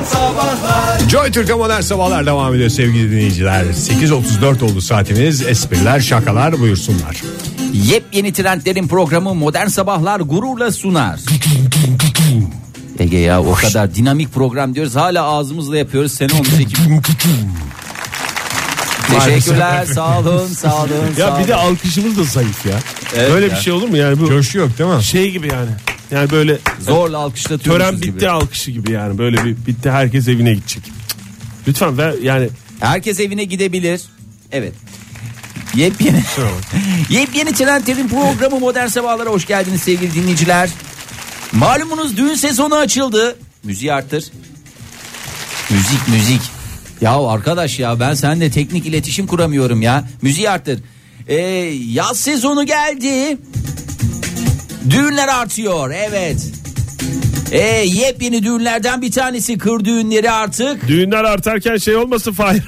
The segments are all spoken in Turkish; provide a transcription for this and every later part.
Sabahlar. Joy Türk'te modern sabahlar devam ediyor sevgili dinleyiciler. 8.34 oldu saatimiz. Espriler, şakalar buyursunlar. Yepyeni trendlerin programı Modern Sabahlar gururla sunar. Ege ya o kadar dinamik program diyoruz, hala ağzımızla yapıyoruz. Sene olmuş ekip. Teşekkürler, sağ olun. Ya bir de alkışımız da zayıf ya. Evet böyle ya. bir şey olur mu yani bu? Coşku yok değil mi? Şey gibi yani. Yani böyle Zorla alkışlatıyoruz tören bitti gibi. alkışı gibi yani. Böyle bir bitti, herkes evine gidecek. Lütfen ver yani. Herkes evine gidebilir. Evet. Yepyeni trendlerin programı Modern Sabahlar'a hoş geldiniz sevgili dinleyiciler. Malumunuz düğün sezonu açıldı. Müziği arttır. Müzik. Ya arkadaş ya, ben seninle teknik iletişim kuramıyorum ya. Müziği arttır. Yaz sezonu geldi. Düğünler artıyor, evet. Yepyeni düğünlerden bir tanesi kır düğünleri artık. Düğünler artarken şey olmasın Fahir.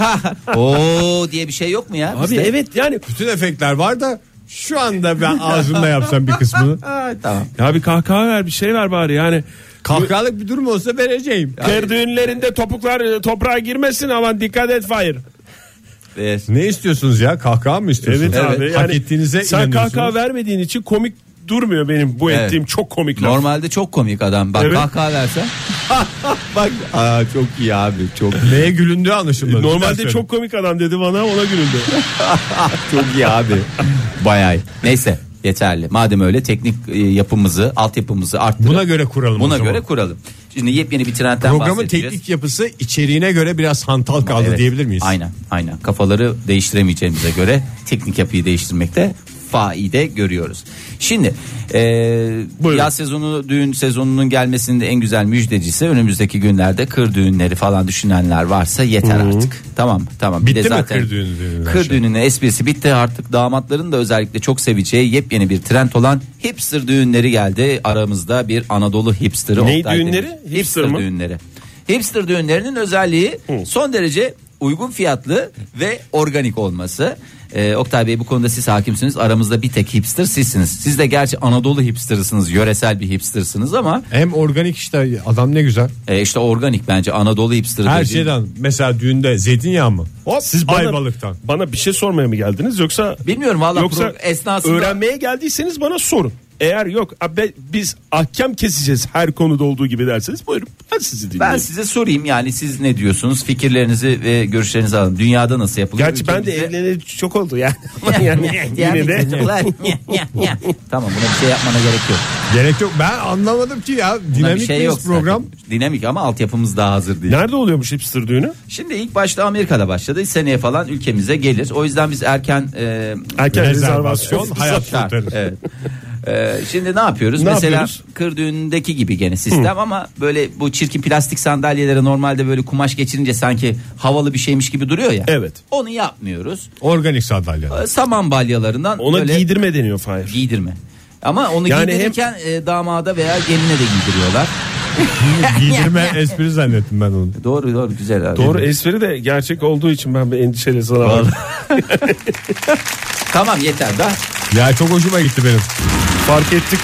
Oo diye bir şey yok mu ya? Abi bizde? evet yani. Bütün efektler var da şu anda ben ağzımla yapsam bir kısmını. Tamam. Ya bir kahkaha ver, bir şey ver bari yani. Kahkahalık bir durum olsa vereceğim. Kır düğünlerinde topuklar toprağa girmesin, aman dikkat et Fahir. Evet. Ne istiyorsunuz ya? Kahkaha mı istiyorsunuz? Evet abi. Hak ettiğinize sen inanıyorsunuz. kahkaha vermediğin için komik durmuyor benim bu Evet. ettiğim çok komik laf. Normalde çok komik adam. Bak Evet. kahkaha versen. Bak çok iyi abi. Çok. Neye gülündüğü anlaşılmadı. Normalde çok komik adam dedi bana, ona gülündü. Çok iyi abi. Bayağı iyi. Neyse yeterli. Madem öyle teknik yapımızı, altyapımızı arttırıp Buna göre kuralım. buna o zaman. göre kuralım. Şimdi yepyeni bir trendten Programın bahsedeceğiz. teknik yapısı içeriğine göre biraz hantal kaldı Evet, diyebilir miyiz? Aynen. Kafaları değiştiremeyeceğimize göre teknik yapıyı değiştirmekte faide görüyoruz. Şimdi yaz sezonu, düğün sezonunun gelmesinin de en güzel müjdecisi önümüzdeki günlerde kır düğünleri falan düşünenler varsa yeter artık. Tamam. Bitti Bir de mi zaten kır düğünü? Kır düğününün esprisi bitti artık. Damatların da özellikle çok seveceği yepyeni bir trend olan hipster düğünleri geldi. Aramızda bir Anadolu hipsterı. Ne Oktay düğünleri? Demir. Hipster mı? düğünleri. Hipster düğünlerinin özelliği son derece uygun fiyatlı ve organik olması. Oktay Bey, bu konuda siz hakimsiniz. Aramızda bir tek hipster sizsiniz. Siz de gerçi Anadolu hipstersınız, yöresel bir hipstersınız ama Hem organik işte, adam ne güzel. işte organik bence Anadolu hipster. Her dediğim- şeyden, mesela düğünde zeytinyağı mı? Siz Ayvalık'tan. Bana bir şey sormaya mı geldiniz yoksa? Bilmiyorum valla, Yoksa esnasında öğrenmeye geldiyseniz bana sorun. Eğer yok biz ahkam keseceğiz her konuda olduğu gibi derseniz buyurun, ben sizi dinleyeyim. ben size sorayım, yani siz ne diyorsunuz, fikirlerinizi ve görüşlerinizi alın. Dünyada nasıl yapılıyor? Gerçi ben de Ülkemizde- evleneli çok oldu yani. Yani yine de. Tamam, buna bir şey yapmana gerek yok. Gerek yok. Ben anlamadım ki ya. Buna Dinamik bir şey miyiz yok program? zaten. Dinamik ama altyapımız daha hazır değil. Nerede oluyormuş hipster düğünü? Şimdi ilk başta Amerika'da başladı. Seneye falan ülkemize gelir. O yüzden biz erken Rezervasyon, hayat şart. kurtarır. Evet. Şimdi ne yapıyoruz? Ne Mesela yapıyoruz? kır düğünündeki gibi gene sistem ama böyle bu çirkin plastik sandalyelere normalde böyle kumaş geçirince sanki havalı bir şeymiş gibi duruyor ya. Evet. Onu yapmıyoruz. Organik sandalye. Saman balyalarından Ona böyle giydirme deniyor Fahir. giydirme. Ama onu Yani giydirirken damada veya geline de giydiriyorlar. Giydirme espri zannettim ben onu. Doğru güzel abi. Doğru, espri de gerçek olduğu için ben bir endişeli sana varım. Tamam yeter da. Ya çok hoşuma gitti benim. Fark ettik.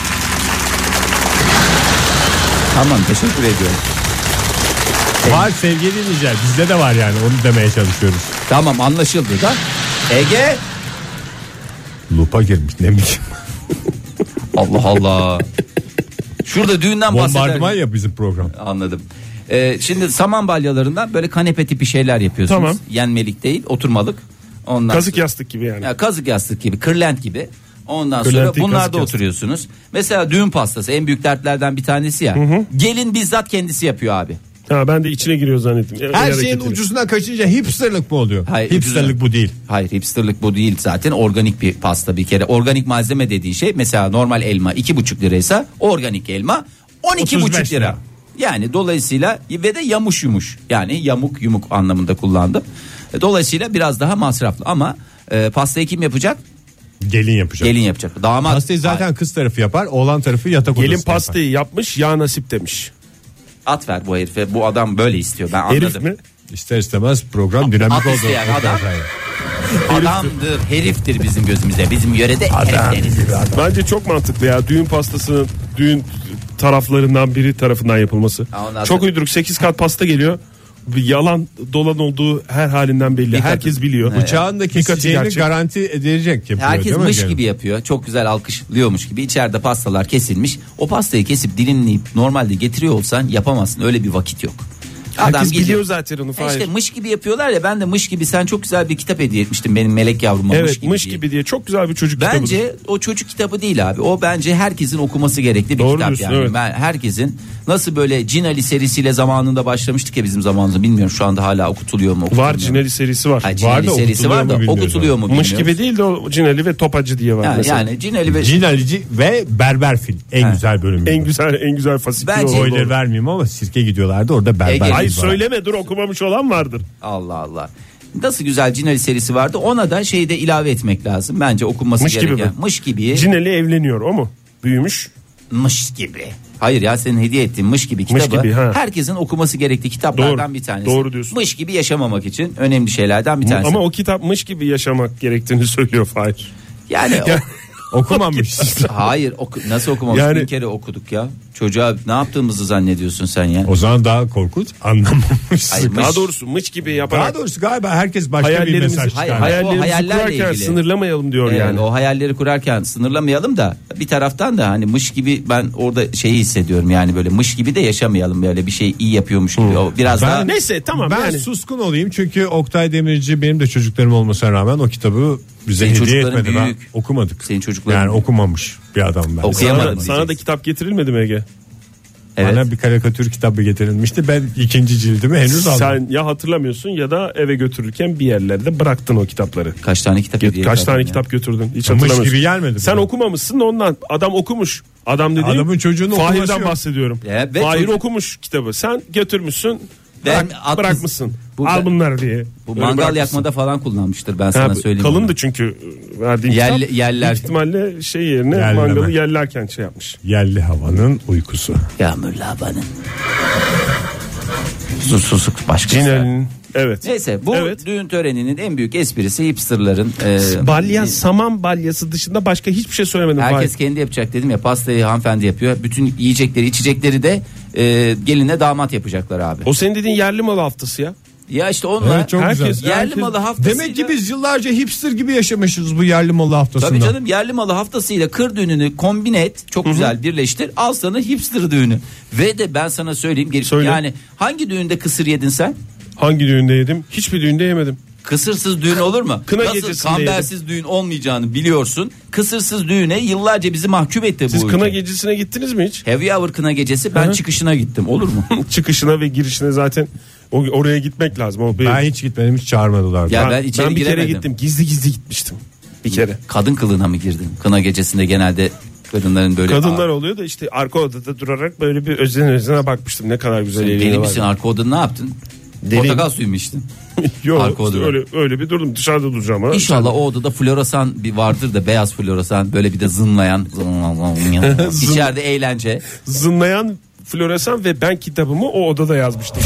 Tamam, teşekkür ediyorum. Var sevgili dinleyiciler, bizde de var yani, onu demeye çalışıyoruz. Tamam, anlaşıldı da. Ege. Lupa girmiş ne bileyim. Allah Allah. Şurada düğünden Bombardıman bahseder. ya bizim program. Anladım. Şimdi saman balyalarından böyle kanepe tipi şeyler yapıyorsunuz. Tamam. Yenmelik değil, oturmalık. Ondan Kazık sonra- yastık gibi yani. Ya kazık yastık gibi, kırlent gibi. Ondan Kırlent sonra değil, bunlarda kazık yastık. oturuyorsunuz. Mesela düğün pastası en büyük dertlerden bir tanesi ya. Gelin bizzat kendisi yapıyor abi. Ha, ben de içine giriyor zannettim. El Her şeyin hareketiyle. ucuzuna kaçınca hipsterlık mı oluyor? Hayır, Hipsterlık ucuzuna- bu değil. Hayır, hipsterlık bu değil zaten, organik bir pasta bir kere. Organik malzeme dediği şey, mesela normal elma 2,5 liraysa organik elma 12,5 35 lira. lira. Yani dolayısıyla ve de yamuş yumuş, yani yamuk yumuk anlamında kullandım. Dolayısıyla biraz daha masraflı ama pastayı kim yapacak? Gelin yapacak. Gelin yapacak. Damat Pastayı zaten kız tarafı yapar, oğlan tarafı yatak odası Gelin yapar. pastayı yapmış, ya nasip demiş. at ver bu herife, bu adam böyle istiyor, ben Herif anladım. mi? İster istemez program dinamik At oldu. isteyen adam. Adamdır, heriftir bizim gözümüzde. Bizim yörede herif deriz. Bence çok mantıklı ya, düğün pastasının düğün taraflarından biri tarafından yapılması. Çok sonra... uyduruk 8 kat pasta geliyor. Bir yalan dolan olduğu her halinden belli. Herkes biliyor. Bıçağın da keseceğini garanti edilecek yapıyor. Herkes mış gibi yapıyor. Çok güzel alkışlıyormuş gibi. İçeride pastalar kesilmiş. O pastayı kesip dilimleyip normalde getiriyor olsan yapamazsın. Öyle bir vakit yok. Herkes biliyor zaten onu. İşte mış gibi yapıyorlar ya, ben de mış gibi, sen çok güzel bir kitap hediye etmiştin benim melek yavruma. Evet, mış gibi diye çok güzel bir çocuk kitabı. Bence o çocuk kitabı değil abi. O bence herkesin okuması gerekli bir kitap yani. Evet. Ben herkesin, nasıl böyle Cinali serisiyle zamanında başlamıştık ya bizim zamanımızda, bilmiyorum şu anda hala okutuluyor mu? Var, Cinali serisi var. Cinali serisi var da okutuluyor mu bilmiyorum. Mış gibi değil de o Cinali ve Topacı diye var mesela. Yani Cinali ve Cinalici ve Berber Fil en güzel bölüm. En güzel fasikül oldu. Spoiler vermeyeyim ama sirke gidiyorlardı orada Berber. Ay söyleme, dur, okumamış olan vardır. Allah Allah. Nasıl güzel Cinali serisi vardı. Ona da şeyi de ilave etmek lazım. Bence okunması gereken. Mış gibi. Cinali evleniyor, o mu? Büyümüş. Mış gibi. Hayır ya, senin hediye ettiğin Mış gibi kitabı gibi, herkesin okuması gerektiği kitaplardan bir tanesi. Doğru diyorsun. Mış gibi yaşamamak için önemli şeylerden bir tanesi. Ama o kitap mış gibi yaşamak gerektiğini söylüyor Fahir. Yani okumamış. Hayır, nasıl okumamış? Bir kere okuduk ya. Çocuğa ne yaptığımızı zannediyorsun sen ya? O zaman daha korkunç, anlamamışsın. Daha doğrusu mış gibi yaparak. Daha doğrusu galiba herkes başka bir mesaj çıkar. Hayallerimizi kurarken ilgili sınırlamayalım diyor yani. O hayalleri kurarken sınırlamayalım da bir taraftan da hani mış gibi, ben orada şeyi hissediyorum yani, böyle mış gibi de yaşamayalım, böyle bir şey iyi yapıyormuş gibi. O biraz daha. Neyse tamam. Ben suskun olayım çünkü Oktay Demirci benim de çocuklarım olmasına rağmen o kitabı bize hediye etmedi. Ben okumadık. Senin çocukların yani okumamış bir adam ben. Sana da kitap getirilmedi mi Ege? Evet. Bana bir karikatür kitabı getirilmişti. Ben 2. cildimi henüz aldım. Sen ya hatırlamıyorsun ya da eve götürürken bir yerlerde bıraktın o kitapları. Kaç tane kitap kitap götürdün? Hiç hatırlamıyorsun. Gibi gelmedi. Sen okumamışsın da ondan. Adam okumuş. Adam dediğim adamın çocuğunu Fahir'den bahsediyorum. Fahir okumuş kitabı. Sen götürmüşsün. Bırakmışsın. Al bunları diye. Bu mangal yakmada falan kullanmıştır, ben sana söyleyeyim. Kalındı onu. Çünkü verdiğim kitap. Yeller. Büyük ihtimalle şey yerine mangalı yerlerken şey yapmış. Yerli havanın uykusu. Yağmurlu havanın. Susuzluk başka. Cinel'in. Evet. Neyse, bu düğün töreninin en büyük esprisi hipsterların. Saman balyası dışında başka hiçbir şey söylemedim. Herkes kendi yapacak dedim ya, pastayı hanımefendi yapıyor. Bütün yiyecekleri içecekleri de gelinle damat yapacaklar abi. O senin dediğin yerli malı haftası ya. Ya işte onunla evet, çok herkes yerli malı haftasıyla. Demek ki biz yıllarca hipster gibi yaşamışız bu yerli malı haftasında. Tabii canım, yerli malı haftasıyla kır düğününü kombine et, çok güzel birleştir, al sana hipster düğünü. Ve de ben sana söyleyeyim, yani hangi düğünde kısır yedin sen? Hangi düğünde yedim? Hiçbir düğünde yemedim. Kısırsız düğün olur mu? Kına nasıl kambersiz düğün olmayacağını biliyorsun. Kısırsız düğüne yıllarca bizi mahkum etti bu. Siz kına gecesine gittiniz mi hiç? Heavy Hour kına gecesi, ben çıkışına gittim, olur mu? Çıkışına ve girişine zaten oraya gitmek lazım. Ben hiç gitmedim, hiç çağırmadılar. Ya ben içeri bir giremedim. Kere gittim, gizli gitmiştim bir kere. Kadın kılığına mı girdin? Kına gecesinde genelde kadınların böyle. Kadınlar oluyor da işte arka odada durarak böyle bir özene bakmıştım, ne kadar güzel eğleniyorlar. Deli misin, arka odada ne yaptın? Portakal suyu mu içtin? Yok işte öyle bir durdum, dışarıda duracağım. Ha. İnşallah o odada floresan bir vardır da, beyaz floresan, böyle bir de zınlayan içeride eğlence. Zınlayan floresan ve ben kitabımı o odada yazmıştım.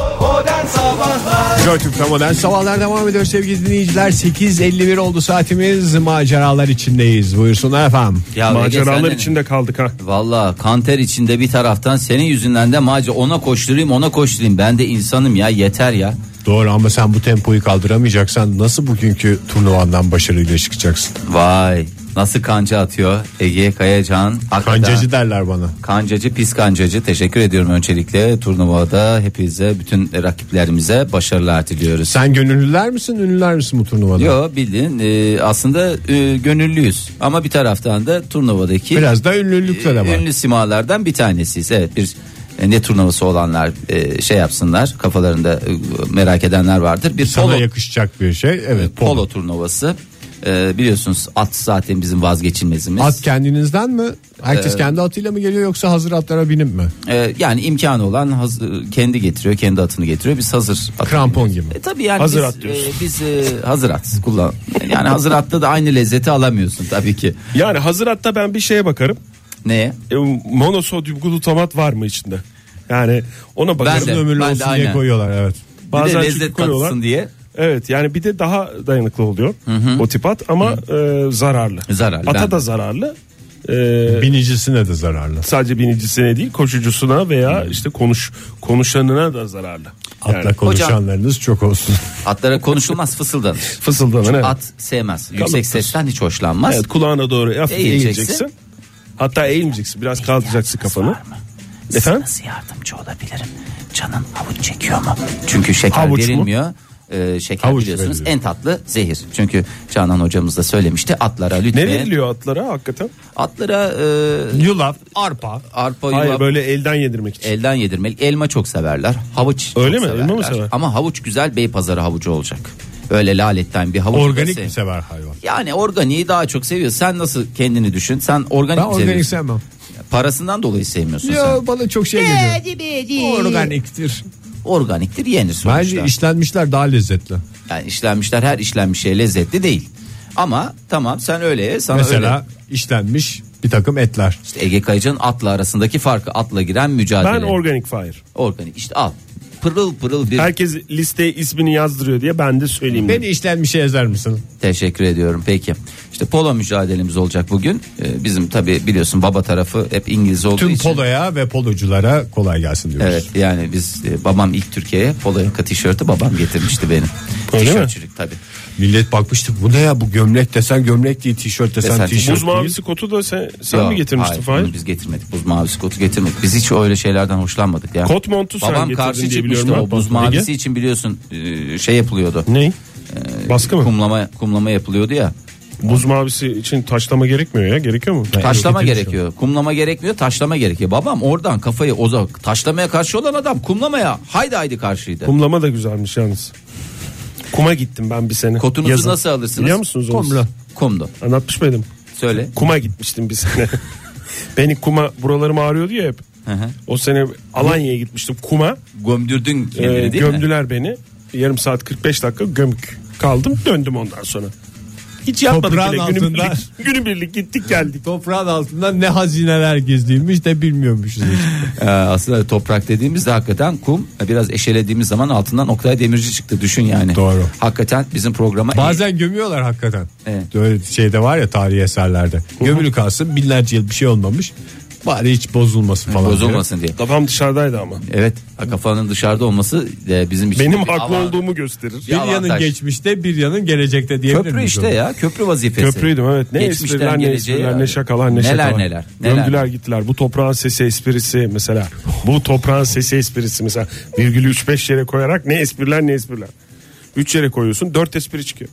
Götürk'te Modern Sabahlar devam ediyor sevgili dinleyiciler. 8.51 oldu saatimiz, maceralar içindeyiz. Buyursunlar efendim. Ya maceralar içinde kaldık ha. Valla kanter içinde bir taraftan, senin yüzünden de ona koşturayım. Ben de insanım ya, yeter ya. Doğru, ama sen bu tempoyu kaldıramayacaksan nasıl bugünkü turnuvandan başarıyla çıkacaksın? Vay, nasıl kanca atıyor Ege Kayacan. Kancacı derler bana. Kancacı, pis kancacı. Teşekkür ediyorum öncelikle. Turnuvada hepinize, bütün rakiplerimize başarılar diliyoruz. Sen gönüllüler misin, ünlüler misin bu turnuvada? Yok, bildiğin aslında gönüllüyüz. Ama bir taraftan da turnuvadaki biraz da ünlülükler var. Ünlü simalardan bir tanesiyiz. Evet, bir ne turnuvası olanlar şey yapsınlar, kafalarında merak edenler vardır. Bir sana yakışacak bir şey. Evet, polo turnuvası. Biliyorsunuz at zaten bizim vazgeçilmezimiz. At kendinizden mi? Herkes kendi atıyla mı geliyor yoksa hazır atlara binip mi? Yani imkanı olan kendi getiriyor, kendi atını getiriyor. Biz hazır at. Krampon gibi. Tabii yani hazır at diyorsun. Biz hazır at kullan. Yani hazır atta da aynı lezzeti alamıyorsun tabii ki. Yani hazır atta ben bir şeye bakarım. Neye? Monosodyum glutamat var mı içinde? Yani ona bakarım. Ömürlü olsun diye koyuyorlar, evet. Bazen bir de lezzet katsın diye. Evet, yani bir de daha dayanıklı oluyor o tip at ama zararlı. Ata da zararlı. Binicisine de zararlı. Sadece binicisine değil, koşucusuna veya işte konuşanına da zararlı. Atla konuşanlarınız çok olsun. Atlara konuşulmaz, fısıldanır. Fısıldanır, evet. At sevmez. Yüksek sesten hiç hoşlanmaz. Evet, kulağına doğru hafif Eğileceksin. eğileceksin. Hatta eğilmeyeceksin. Biraz kaldıracaksın kafanı. Efendim? Nasıl yardımcı olabilirim? Canın havuç çekiyor mu? Çünkü şeker Havuç verilmiyor. Şeker Havuç biliyorsunuz veriliyor. en tatlı zehir. Çünkü Canan hocamız da söylemişti, atlara lütfen. Ne veriliyor atlara hakikaten? Atlara Yulaf, arpa. yulaf. Hayır, böyle elden yedirmek için. Elden yedirmek. Elma çok severler. Havuç Öyle çok mi? severler. Elma mı sever? Ama havuç güzel Beypazarı havucu olacak. Öyle laletten bir havuç. Organik mi sever hayvan? Yani organiği daha çok seviyor. Sen nasıl kendini düşün? Sen organik Ben mi organik seviyorsun? sevmem. Parasından dolayı sevmiyorsun sen. Ya bana çok şey geliyor. Organiktir. Organiktir, yenir sonuçta. Bence işlenmişler daha lezzetli. Yani işlenmişler, her işlenmiş şey lezzetli değil. Ama tamam, sen öyle ye. Sana Mesela öyle. işlenmiş bir takım etler. İşte Ege Kayacan'ın atla arasındaki farkı, atla giren mücadele. Ben organik Fahir. Organik işte al. Pırıl pırıl bir. Herkes listeye ismini yazdırıyor diye ben de söyleyeyim. Beni işlenmişe yazar mısın? Teşekkür ediyorum. Peki. İşte polo mücadelemiz olacak bugün. Bizim tabii biliyorsun baba tarafı hep İngiliz olduğu Tüm için. poloya ve poloculara kolay gelsin diyoruz. Evet, yani biz babam ilk Türkiye'ye polo yaka tişörtü babam getirmişti benim. Öyle mi? Tişörtçülük tabii. Millet bakmıştı, bu ne ya, bu gömlek desen gömlek değil, tişört desen Desen tişört Buz değil. mavisi kotu da sen Yok, mi getirmiştin hayır, Fahir? bunu biz getirmedik. Buz mavisi kotu getirmedik. Biz hiç öyle şeylerden hoşlanmadık ya. Kot montu sen babam getirdin karşı diye çıkmıştı, biliyorum o ben. buz Ege? mavisi için biliyorsun şey yapılıyordu. Ne? Baskı mı? Kumlama yapılıyordu ya. Buz mavisi için taşlama gerekmiyor ya. Gerekiyor mu? Taşlama getirmiş gerekiyor. Kumlama gerekmiyor, taşlama gerekiyor. Babam oradan kafayı taşlamaya karşı olan adam kumlamaya haydi karşıydı. Kumlama da güzelmiş yalnız. Kuma gittim ben bir sene. Kotunuzu Yazın. nasıl alırsınız? Biliyor musunuz onu? Kumla. Kumdu. Anlatmış mıydım? Söyle. Kuma gitmiştim bir sene. Beni kuma, buralarım ağrıyordu ya hep. Hı. O sene Alanya'ya gitmiştim kuma. Gömdürdün kendini değil mi? Gömdüler beni. Yarım saat 45 dakika gömük kaldım, döndüm ondan sonra. Hiç yapmadık Toprağın bile. altında- Günübirlik gittik geldik. Toprağın altında ne hazineler gizliymiş de bilmiyormuşuz. Aslında toprak dediğimizde hakikaten kum, biraz eşelediğimiz zaman altından Oktay Demirci çıktı, düşün yani. Doğru. Hakikaten bizim programa Bazen gömüyorlar hakikaten. Evet. Öyle şeyde var ya, tarihi eserlerde. Gömülü kalsın, binlerce yıl bir şey olmamış. Bari hiç bozulmasın falan. bozulmasın diye. Kafam dışarıdaydı ama. Evet, kafanın dışarıda olması bizim için Benim bir haklı avan- olduğumu gösterir. Bir yanın avantaj. geçmişte, bir yanın gelecekte diyebilir Köprü miyiz işte onu? ya, köprü vazifesi. Köprüydüm, evet. Ne Geçmişten espriler, ne geleceğe espriler, ne yani. şakalar, ne Neler şakalar. neler. Gömdüler gittiler. Bu toprağın sesi esprisi mesela. Bu toprağın sesi esprisi mesela. Virgülü 3-5 yere koyarak ne espriler, ne espriler. 3 yere koyuyorsun, 4 espri çıkıyor.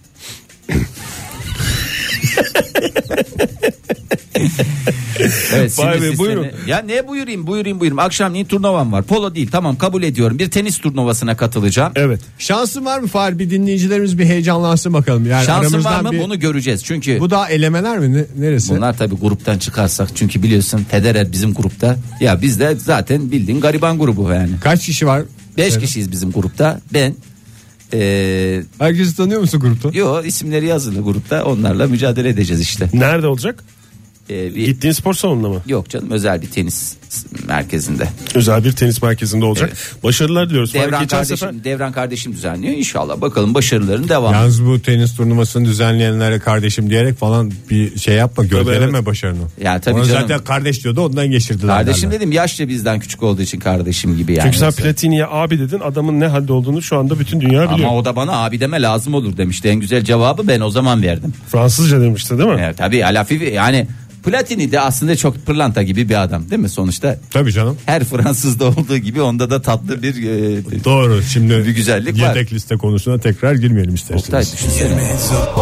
Evet, Vay sinir be, sistemi. buyurun. Ya ne buyurayım. Akşamleyin turnuvam var. Polo değil, tamam, kabul ediyorum. Bir tenis turnuvasına katılacağım. Evet. Şansın var mı Fahri? Bir dinleyicilerimiz bir heyecanlansın bakalım. Yani Şansım var aramızdan mı bunu göreceğiz. Çünkü Bu daha elemeler mi? Neresi? bunlar tabii gruptan çıkarsak, çünkü biliyorsun Federer bizim grupta. Ya biz de zaten bildiğin gariban grubu yani. Kaç kişi var? 5 Evet. kişiyiz bizim grupta. Ben Herkesi tanıyor musun grupta? yo, isimleri yazılı grupta, onlarla mücadele edeceğiz işte. Nerede olacak? Bir, Gittiğin spor salonunda mı? yok canım, özel bir tenis merkezinde. Özel bir tenis merkezinde olacak. Başarılar diliyoruz. Devran kardeşim düzenliyor, inşallah bakalım başarıların devamı. Yalnız bu tenis turnuvasını düzenleyenlere kardeşim diyerek falan bir şey yapma, gölgeleme evet. başarını. Ya tabii Ona canım. zaten kardeş diyordu, ondan geçirdiler. Kardeşim derler. dedim, yaşça bizden küçük olduğu için kardeşim gibi yani. Çünkü sen Mesela. Platini'ye abi dedin, adamın ne halde olduğunu şu anda bütün dünya biliyor. Ama o da bana abi deme lazım olur demişti. En güzel cevabı ben o zaman verdim. Fransızca demişti değil mi? Evet, tabii Alafi yani Platini de aslında çok pırlanta gibi bir adam değil mi sonuçta? Tabii canım. Her Fransızda olduğu gibi onda da tatlı bir Doğru. Şimdi bir güzellik var. yedek liste konusuna tekrar girmeyelim Oktay isterseniz. düşünsene.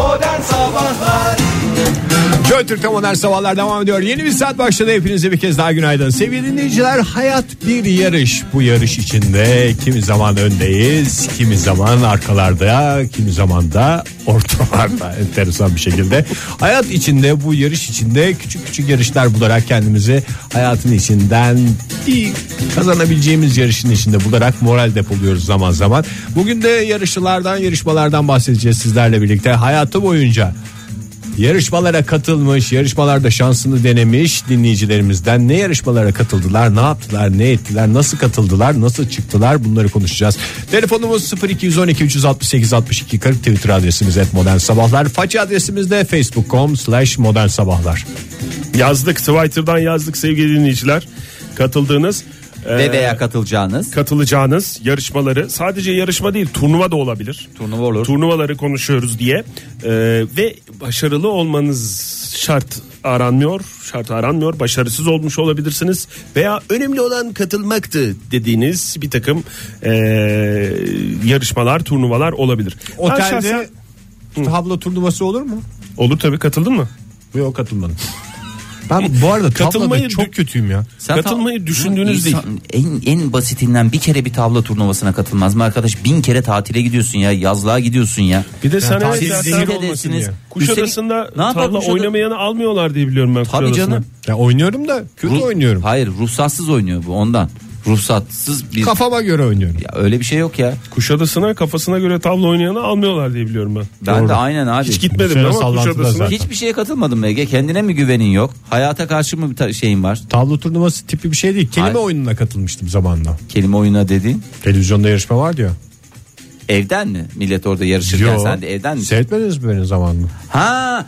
Joy Türk'te modern sabahlar devam ediyor. Yeni bir saat başladı. Hepinize bir kez daha günaydın. Sevgili dinleyiciler, hayat bir yarış. Bu yarış içinde kimi zaman öndeyiz, kimi zaman arkalarda, kimi zaman da ortalarda, enteresan bir şekilde. Hayat içinde, bu yarış içinde küçük küçük yarışlar bularak kendimizi hayatın içinden bir kazanabileceğimiz yarışın içinde bularak moral depoluyoruz zaman zaman. Bugün de yarışmalardan bahsedeceğiz sizlerle birlikte. Hayatı boyunca yarışmalara katılmış, yarışmalarda şansını denemiş dinleyicilerimizden ne yarışmalara katıldılar, ne yaptılar, ne ettiler, nasıl katıldılar, nasıl çıktılar, bunları konuşacağız. Telefonumuz 0212 368 62 40, Twitter adresimiz @modernsabahlar, faça adresimiz de facebook.com/modernsabahlar. Yazdık, Twitter'dan yazdık sevgili dinleyiciler. Katıldığınız Ve veya katılacağınız yarışmaları, sadece yarışma değil, turnuva da olabilir. Turnuva olur. Turnuvaları konuşuyoruz diye ve başarılı olmanız şart aranmıyor. Başarısız olmuş olabilirsiniz veya önemli olan katılmaktı dediğiniz bir takım yarışmalar, turnuvalar olabilir. Otelde tablo turnuvası olur mu? Olur tabii, katıldın mı? Yok, katılmadım. Ben bu arada tabloda çok kötüyüm ya. Katılmayı düşündüğünüz değil. En basitinden bir kere bir tavla turnuvasına katılmaz mı arkadaş? 1000 kere tatile gidiyorsun ya, yazlığa gidiyorsun ya. Bir de sen edersiniz. Kuşadası'nda tavla oynamayanı almıyorlar diye biliyorum ben. Tabii canım. Ya oynuyorum da kötü oynuyorum. Hayır, ruhsatsız oynuyor bu, ondan. Ruhsatsız bir... Kafama göre oynuyorum. Ya öyle bir şey yok ya. Kuşadası'na kafasına göre tavla oynayanı almıyorlar diye biliyorum ben. Ben Doğru. de aynen abi. Hiç gitmedim ama Kuşadası'na. Hiçbir şeye katılmadım Ege. Kendine mi güvenin yok? Hayata karşı mı bir şeyin var? Tablo turnuvası tipi bir şey değil. Kelime oyununa katılmıştım zamanla. Kelime oyununa dediğin? Televizyonda yarışma vardı ya. Evden mi? Millet orada yarışırken sen de evden mi? Seyretmediniz mi benim zamanımda? Ha.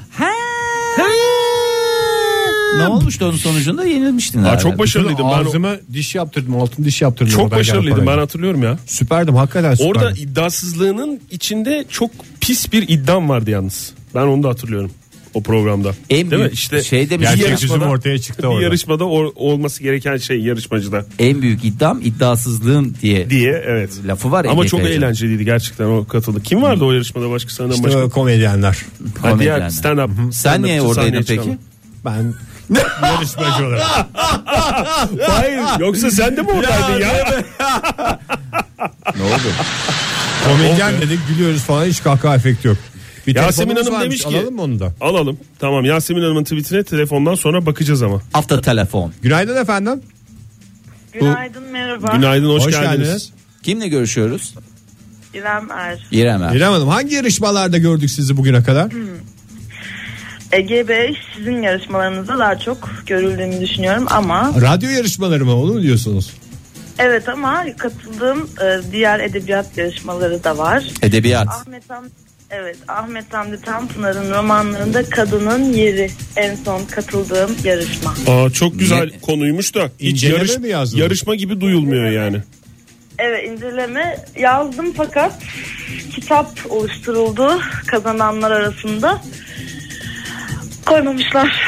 Ne olmuştu onun sonucunda? Yenilmiştin herhalde. Çok başarılıydım. Ağzıma diş yaptırdım, altın diş yaptırdım. Çok başarılıydım, ben hatırlıyorum ya. Süperdim, hakikaten süperdim. Orada iddiasızlığının içinde çok pis bir iddiam vardı yalnız. Ben onu da hatırlıyorum o programda. En değil büyük mi? İşte şeyde gerçek yüzüm ortaya çıktı orada. Bir yarışmada olması gereken şey, yarışmacıda. En büyük iddiam iddiasızlığın diye Evet. lafı var. Ama çok eğlenceliydi gerçekten o katıldı. Kim vardı o yarışmada başka senden İşte başka? Komedyenler. Diğer stand-up. Sen niye oradaydın peki? Ben yarışmacı olarak. Hayır, yoksa sen de mi oradaydın ya? Ne oldu? Komedyen dedik, gülüyoruz falan, hiç kahkaha efekti yok. Yasemin Hanım demiş ki, alalım mı onu da? Alalım. Tamam, Yasemin Hanım'ın tweetine telefondan sonra bakacağız ama. Hafta telefon. Günaydın efendim. Günaydın, merhaba. Günaydın, hoş geldiniz. Kimle görüşüyoruz? İrem Er. İrem Er. İrem Hanım, hangi yarışmalarda gördük sizi bugüne kadar? Ege Bey, sizin yarışmalarınızda daha çok görüldüğümü düşünüyorum ama... Radyo yarışmaları mı, onu mu diyorsunuz? Evet, ama katıldığım diğer edebiyat yarışmaları da var. Edebiyat. Ahmet Hamdi Tanpınar'ın romanlarında kadının yeri en son katıldığım yarışma. Çok güzel konuymuş da hiç yarışma gibi duyulmuyor yani. Evet, inceleme yazdım fakat kitap oluşturuldu kazananlar arasında. Koymamışlar.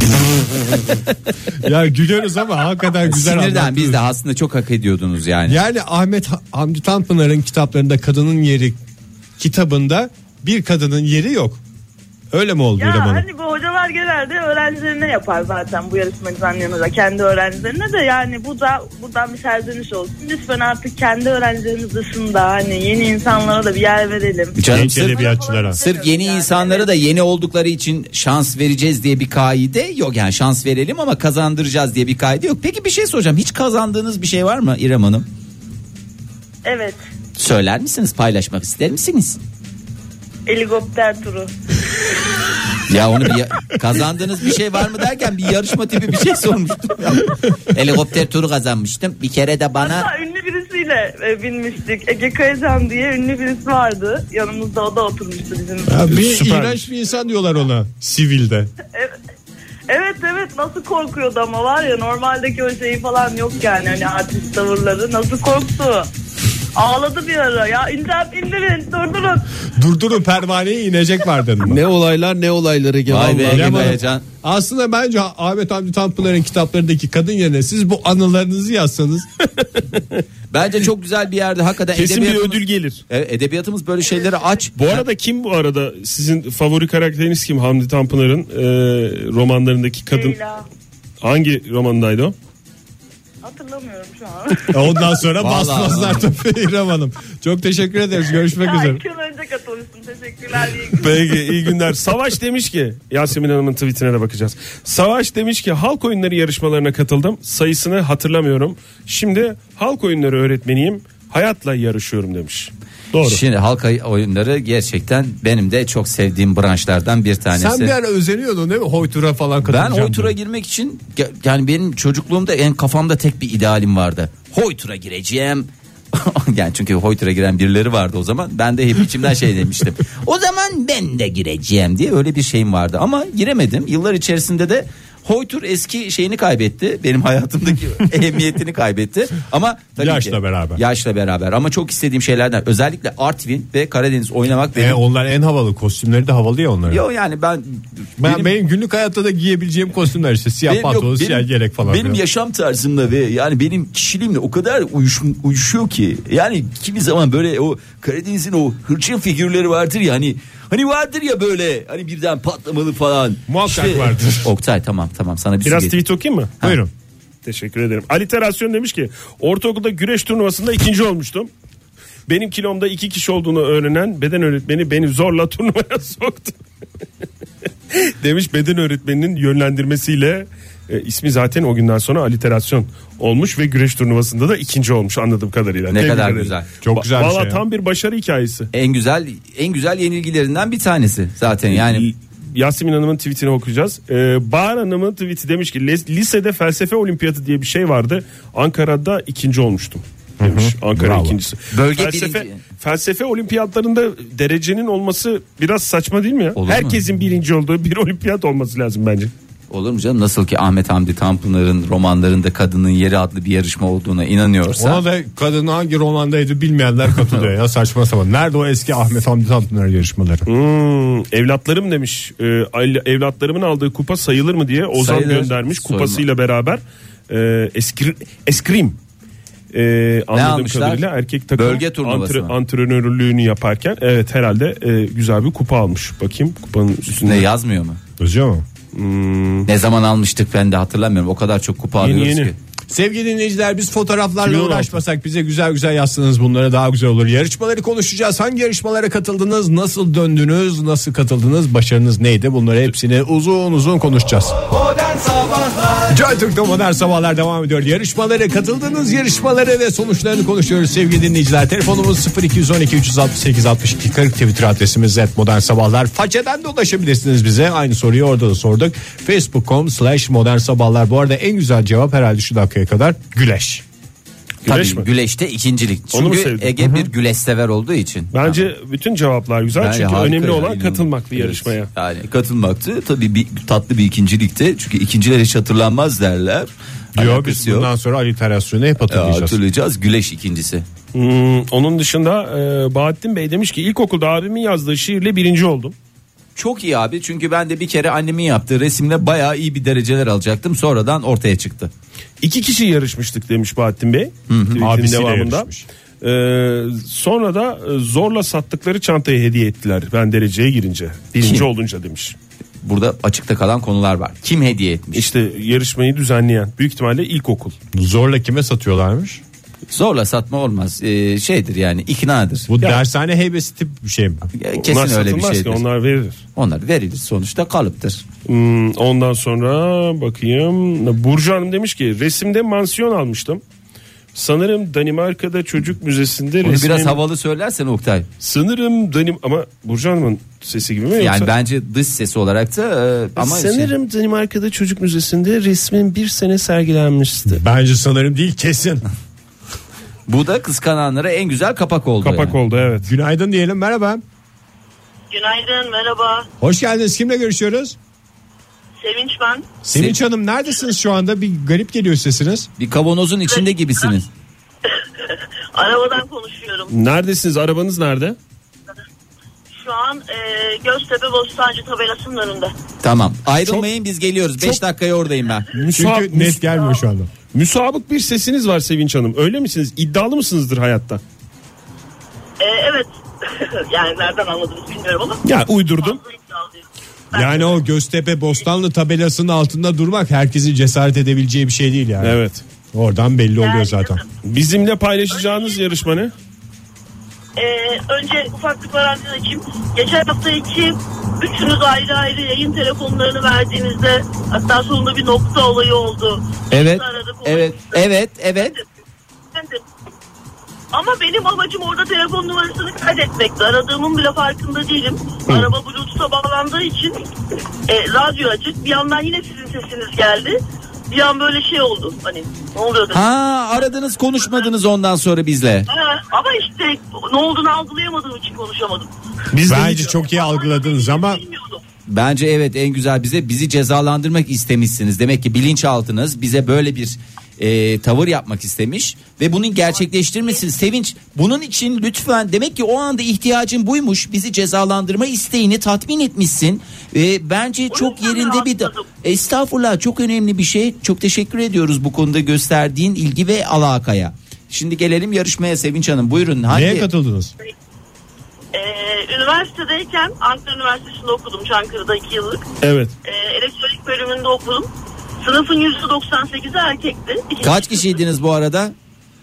Ya gülüyoruz ama hakikaten güzel Sinirden anlattınız. biz de aslında çok hak ediyordunuz yani. Yani Ahmet Hamdi Tanpınar'ın kitaplarında kadının yeri kitabında bir kadının yeri yok. Öyle mi oldu Ya İrem Hanım? hani bu hocalar genelde öğrencilerine yapar zaten bu yarışmacıların yanında, kendi öğrencilerine de, yani bu da buradan bir serzeniş olsun. Lütfen artık kendi öğrencilerimiz dışında hani yeni insanlara da bir yer verelim. Canım, Genç edebiyatçılara. Sırf yeni insanlara da yeni oldukları için şans vereceğiz diye bir kaide yok. Yani şans verelim ama kazandıracağız diye bir kaide yok. Peki bir şey soracağım. Hiç kazandığınız bir şey var mı İrem Hanım? Evet. Söyler misiniz? Paylaşmak ister misiniz? Helikopter turu. Ya onu kazandığınız bir şey var mı derken bir yarışma tipi bir şey sormuştum. Helikopter turu kazanmıştım. Bir kere de bana... Hatta ünlü birisiyle binmiştik. Ege Kayacan diye ünlü birisi vardı. Yanımızda, o da oturmuştu bizim. Ya bir iğrenç bir insan diyorlar ona sivilde. Evet, nasıl korkuyordu ama var ya, normaldeki o şeyi falan yok yani, hani artist tavırları, nasıl korktu. Ağladı bir ara ya, indirin Durdurun pervaneyi, inecek vardı. Ne olayları. Vay be Ege Kayacan. Aslında bence Ahmet Hamdi Tanpınar'ın kitaplarındaki kadın yerine siz bu anılarınızı yazsanız. Bence çok güzel bir yerde hakikaten. Kesin bir ödül gelir. Edebiyatımız böyle şeyleri aç. Bu arada kim bu arada sizin favori karakteriniz kim Hamdi Tanpınar'ın romanlarındaki kadın? Leyla. Hangi romanındaydı o? Hatırlamıyorum şu an. Ondan sonra Vallahi basmazlar tabii İrem Hanım. Çok teşekkür ederiz. Görüşmek üzere. 2 yıl önce katılmıştım. Teşekkürler. Peki, iyi günler. Savaş demiş ki, Yasemin Hanım'ın tweetine de bakacağız. Savaş demiş ki, halk oyunları yarışmalarına katıldım. Sayısını hatırlamıyorum. Şimdi halk oyunları öğretmeniyim. Hayatla yarışıyorum demiş. Doğru. Şimdi halk oyunları gerçekten benim de çok sevdiğim branşlardan bir tanesi. Sen bir ara özeniyordun değil mi? Hoytura falan katılacağım. Ben Hoytura girmek için yani benim çocukluğumda kafamda tek bir idealim vardı. Hoytura gireceğim. Yani çünkü Hoytura giren birileri vardı o zaman. Ben de hep içimden şey demiştim. O zaman ben de gireceğim diye öyle bir şeyim vardı. Ama giremedim. Yıllar içerisinde de Hoytur eski şeyini kaybetti. Benim hayatımdaki ehemmiyetini kaybetti. Ama tabii yaşla beraber. Ama çok istediğim şeylerden özellikle Artvin ve Karadeniz oynamak benim. Onlar en havalı. Kostümleri de havalı ya onların. Yok yani benim günlük hayatta da giyebileceğim kostümler işte siyah pantolon, siyah yelek falan. Benim yaşam tarzımla ve yani benim kişiliğimle o kadar uyuşuyor ki. Yani kimi zaman böyle o Karadeniz'in o hırçın figürleri vardır ya hani vardır ya böyle hani birden patlamalı falan. Muhakkak vardır. Oktay tamam sana bir biraz tweet okuyayım mı? Ha. Buyurun. Teşekkür ederim. Aliterasyon demiş ki ortaokulda güreş turnuvasında 2. olmuştum. Benim kilomda 2 kişi olduğunu öğrenen beden öğretmeni beni zorla turnuvaya soktu. Demiş beden öğretmeninin yönlendirmesiyle ismi zaten o günden sonra aliterasyon olmuş ve güreş turnuvasında da 2. olmuş anladığım kadarıyla. Ne kadar güzel. Çok güzel bir şey. Valla tam bir başarı hikayesi. En güzel yenilgilerinden bir tanesi zaten yani. Yasemin Hanım'ın tweetini okuyacağız. Bahar Hanım'ın tweeti demiş ki lisede felsefe olimpiyatı diye bir şey vardı. Ankara'da 2. olmuştum. Demiş. Ankara Bravo. 2.'si. Bölge Felsefe olimpiyatlarında derecenin olması biraz saçma değil mi ya? Olur herkesin 1. olduğu bir olimpiyat olması lazım bence. Olur mu canım? Nasıl ki Ahmet Hamdi Tanpınar'ın romanlarında kadının yeri adlı bir yarışma olduğuna inanıyorsa. Ona da kadın hangi romandaydı bilmeyenler katılıyor ya, saçma sapan. Nerede o eski Ahmet Hamdi Tanpınar yarışmaları? Evlatlarım demiş. Evlatlarımın aldığı kupa sayılır mı diye Ozan Sayılır. göndermiş kupasıyla beraber. Eskrim. Anladığım kadarıyla erkek takım bölge turnuvası antrenörlüğünü yaparken evet herhalde güzel bir kupa almış. Bakayım kupanın üstünde yazmıyor mu? Yazıyor mu? Ne zaman almıştık ben de hatırlamıyorum. O kadar çok kupa alıyoruz ki. Sevgili dinleyiciler, biz fotoğraflarla uğraşmasak bize güzel güzel yazsanız bunlara daha güzel olur. Yarışmaları konuşacağız. Hangi yarışmalara katıldınız? Nasıl döndünüz? Nasıl katıldınız? Başarınız neydi? Bunları hepsini uzun konuşacağız. Joy Türk'te Modern Sabahlar devam ediyor. Yarışmalara katıldığınız yarışmaları ve sonuçlarını konuşuyoruz sevgili dinleyiciler. Telefonumuz 0212 368 62 40, Twitter adresimiz @Modern Sabahlar. Façeden de ulaşabilirsiniz bize. Aynı soruyu orada da sorduk. Facebook.com/Modern Sabahlar. Bu arada en güzel cevap herhalde şu dakikaya kadar güleş. Tabii güleşte ikincilik. Çünkü Ege bir güleş sever olduğu için. Bence bütün cevaplar güzel. Yani çünkü önemli olan katılmak bir yarışmaya. Yani katılmaktı. Tabii tatlı bir ikincilikte. Çünkü ikinciler hiç hatırlanmaz derler. Yok biz bundan sonra aliterasyonu hep hatırlayacağız. Güleş ikincisi. Onun dışında Bahattin Bey demiş ki ilkokulda abimin yazdığı şiirle 1. oldum. Çok iyi abi, çünkü ben de bir kere annemin yaptığı resimle bayağı iyi bir dereceler alacaktım. Sonradan ortaya çıktı. 2 kişi yarışmıştık demiş Bahattin Bey. Abisiyle yarışmış. Sonra da zorla sattıkları çantayı hediye ettiler ben dereceye girince. 1. olunca demiş. Burada açıkta kalan konular var. Kim hediye etmiş? İşte yarışmayı düzenleyen büyük ihtimalle ilkokul. Zorla kime satıyorlarmış? Zorla satma olmaz. Şeydir yani, iknadır. Bu dershane heybesi tip bir şey mi? Kesin onlar öyle bir şeydir. Onlar verilir. Onlar verilir, sonuçta kalıptır. Ondan sonra bakayım. Burcu Hanım demiş ki resimde mansiyon almıştım. Sanırım Danimarka'da çocuk müzesinde onu biraz havalı söylersen Oktay. Sanırım ama Burcu Hanım'ın sesi gibi mi yoksa? Yani bence dış sesi olarak da ama sanırım Danimarka'da çocuk müzesinde resmin 1 sene sergilenmişti. Bence sanırım değil, kesin. Bu da kıskananlara en güzel kapak oldu. Kapak oldu, evet. Günaydın diyelim, merhaba. Günaydın, merhaba. Hoş geldiniz, kimle görüşüyoruz? Sevinç ben. Sevinç Hanım, neredesiniz şu anda? Bir garip geliyor sesiniz. Bir kavanozun içinde gibisiniz. Arabadan konuşuyorum. Neredesiniz? Arabanız nerede? Şu an Göztepe Bostancı tabelasının önünde. Tamam, ayrılmayın, biz geliyoruz. 5 dakikaya oradayım ben. Çünkü net gelmiyor şu anda. Müsabık bir sesiniz var Sevinç Hanım. Öyle misiniz? İddialı mısınızdır hayatta? Evet. Yani nereden anladınız bilmiyorum ama. Ya uydurdum. Yani o Göztepe Bostanlı tabelasının altında durmak herkesin cesaret edebileceği bir şey değil yani. Evet. Oradan belli oluyor zaten. Bizimle paylaşacağınız yarışma ne? Önce ufak bir parantez açayım. Geçen hafta üçünüz ayrı ayrı yayın telefonlarını verdiğinizde hatta sonunda bir nokta olayı oldu. Evet. Evet. Ama benim amacım orada telefon numarasını kaydetmekti. Aradığımın bile farkında değilim. Araba Bluetooth'a bağlandığı için radyo açık. Bir yandan yine sizin sesiniz geldi. Bir an böyle şey oldu. Hani ne oluyor dedim. Aradınız, konuşmadınız ondan sonra bizle. Ama işte ne olduğunu algılayamadığım için konuşamadım. Bence çok iyi algıladınız ama bence evet, en güzel bizi cezalandırmak istemişsiniz. Demek ki bilinçaltınız bize böyle bir tavır yapmak istemiş ve bunu gerçekleştirmişsiniz. Sevinç, bunun için lütfen, demek ki o anda ihtiyacın buymuş, bizi cezalandırma isteğini tatmin etmişsin. Bence çok yerinde bir estağfurullah, çok önemli bir şey. Çok teşekkür ediyoruz bu konuda gösterdiğin ilgi ve alakaya. Şimdi gelelim yarışmaya Sevinç Hanım, buyurun. Neye katıldınız? Üniversitedeyken Ankara Üniversitesi'nde okudum, Çankırı'da 2 yıllık. Evet. Elektronik bölümünde okudum. Sınıfın %98'i erkekti. Kaç kişiydiniz bu arada?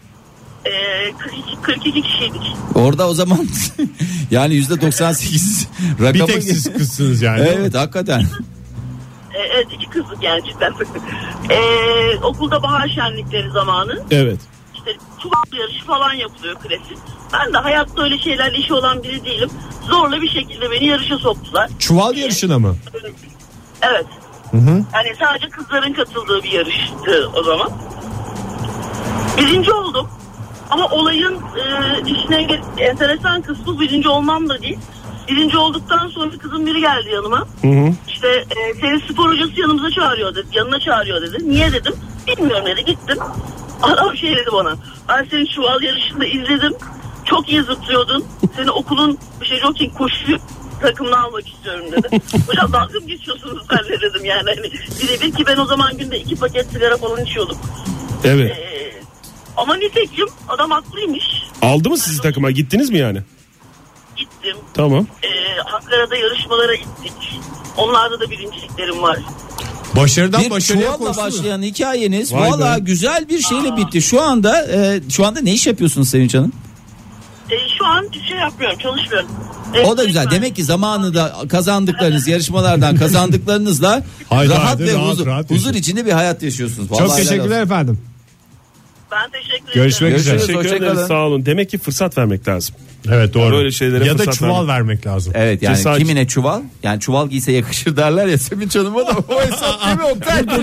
42 kişiydik. Orada o zaman yani %98 rakamı. Bir tek siz kızsınız yani. Evet, hakikaten. Evet, 2 kızlık yani cidden. Okulda bahar şenlikleri zamanı. Evet. İşte çuval yarışı falan yapılıyor, klasik. Ben de hayatta öyle şeylerle işi olan biri değilim. Zorla bir şekilde beni yarışa soktular. Çuval yarışına mı? Evet. Yani sadece kızların katıldığı bir yarıştı o zaman. Birinci oldum. Ama olayın işine enteresan kısmı birinci olmam da değil. Birinci olduktan sonra kızın biri geldi yanıma. İşte senin spor hocası yanımıza çağırıyor dedi. Yanına çağırıyor dedi. Niye dedim. Bilmiyorum dedi. Gittim. Adam şey dedi bana. Ben senin çuval yarışında izledim. Çok iyi zıplıyordun. Seni okulun jockey koşu takımını almak istiyorum dedi. Hocam dalga mı geçiyorsunuz benimle dedim yani. Hani birebir ki ben o zaman günde 2 paket sigara falan içiyordum. Evet. Ama nitekim adam haklıymış. Aldı mı sizi takıma? Gittiniz mi yani? Gittim. Tamam. Ankara'da yarışmalara gittik. Onlarda da birinciliklerim var. Başarıdan Bir başarıya çuvalla koştunuz. başlayan hikayeniz Vay valla be. güzel bir şeyle bitti. Şu anda ne iş yapıyorsunuz Sevinç Hanım? Şu an bir şey yapmıyorum, çalışmıyorum. O da güzel. Demek ki zamanında kazandıklarınız, yarışmalardan kazandıklarınızla rahat ve huzur içinde bir hayat yaşıyorsunuz. Vallahi Çok teşekkürler efendim. Ben teşekkür ederim. Görüşmek üzere. Görüşürüz. Teşekkür ederiz, Hoşçakalın. sağ olun. Demek ki fırsat vermek lazım. Evet, doğru. Böyle şeylere ya da fırsat çuval vermek lazım. Evet, yani Cesaret. kimine çuval, yani çuval giyse yakışır derler ya Sevinç Hanım'a da o hesap değil mi Oktay? Dur.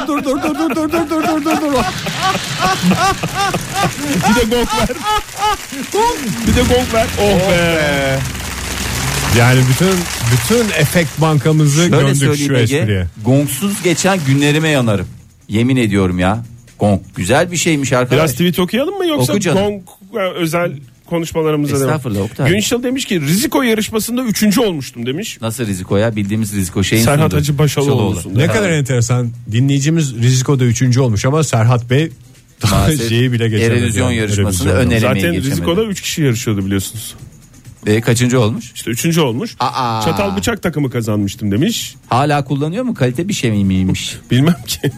Bir de gong ver. Bir de gong ver. Oh be. Yani bütün efekt bankamızı Şöyle gömdük şu söyleyeyim Ege, espriye. gongsuz geçen günlerime yanarım. Yemin ediyorum ya. Gong güzel bir şeymiş arkadaş. Biraz tweet okuyalım mı yoksa Oku canım. gong özel konuşmalarımıza devam? Estağfurullah Oktay. Günşil demiş ki Riziko yarışmasında 3. olmuştum demiş. Nasıl Riziko ya? Bildiğimiz Riziko şeyin Serhat sundu. Hacı Başaloğlu'sun. Ne kadar enteresan. Dinleyicimiz Riziko'da 3. olmuş ama Serhat Bey daha Maalesef şeyi bile geçemedi. Erozyon yarışmasında Erozyon. öneremeyi Zaten geçemedi. Riziko'da 3 kişi yarışıyordu biliyorsunuz. Kaçıncı olmuş? İşte 3. olmuş. Aa. Çatal bıçak takımı kazanmıştım demiş. Hala kullanıyor mu? Kalite bir şey miymiş? Bilmem ki.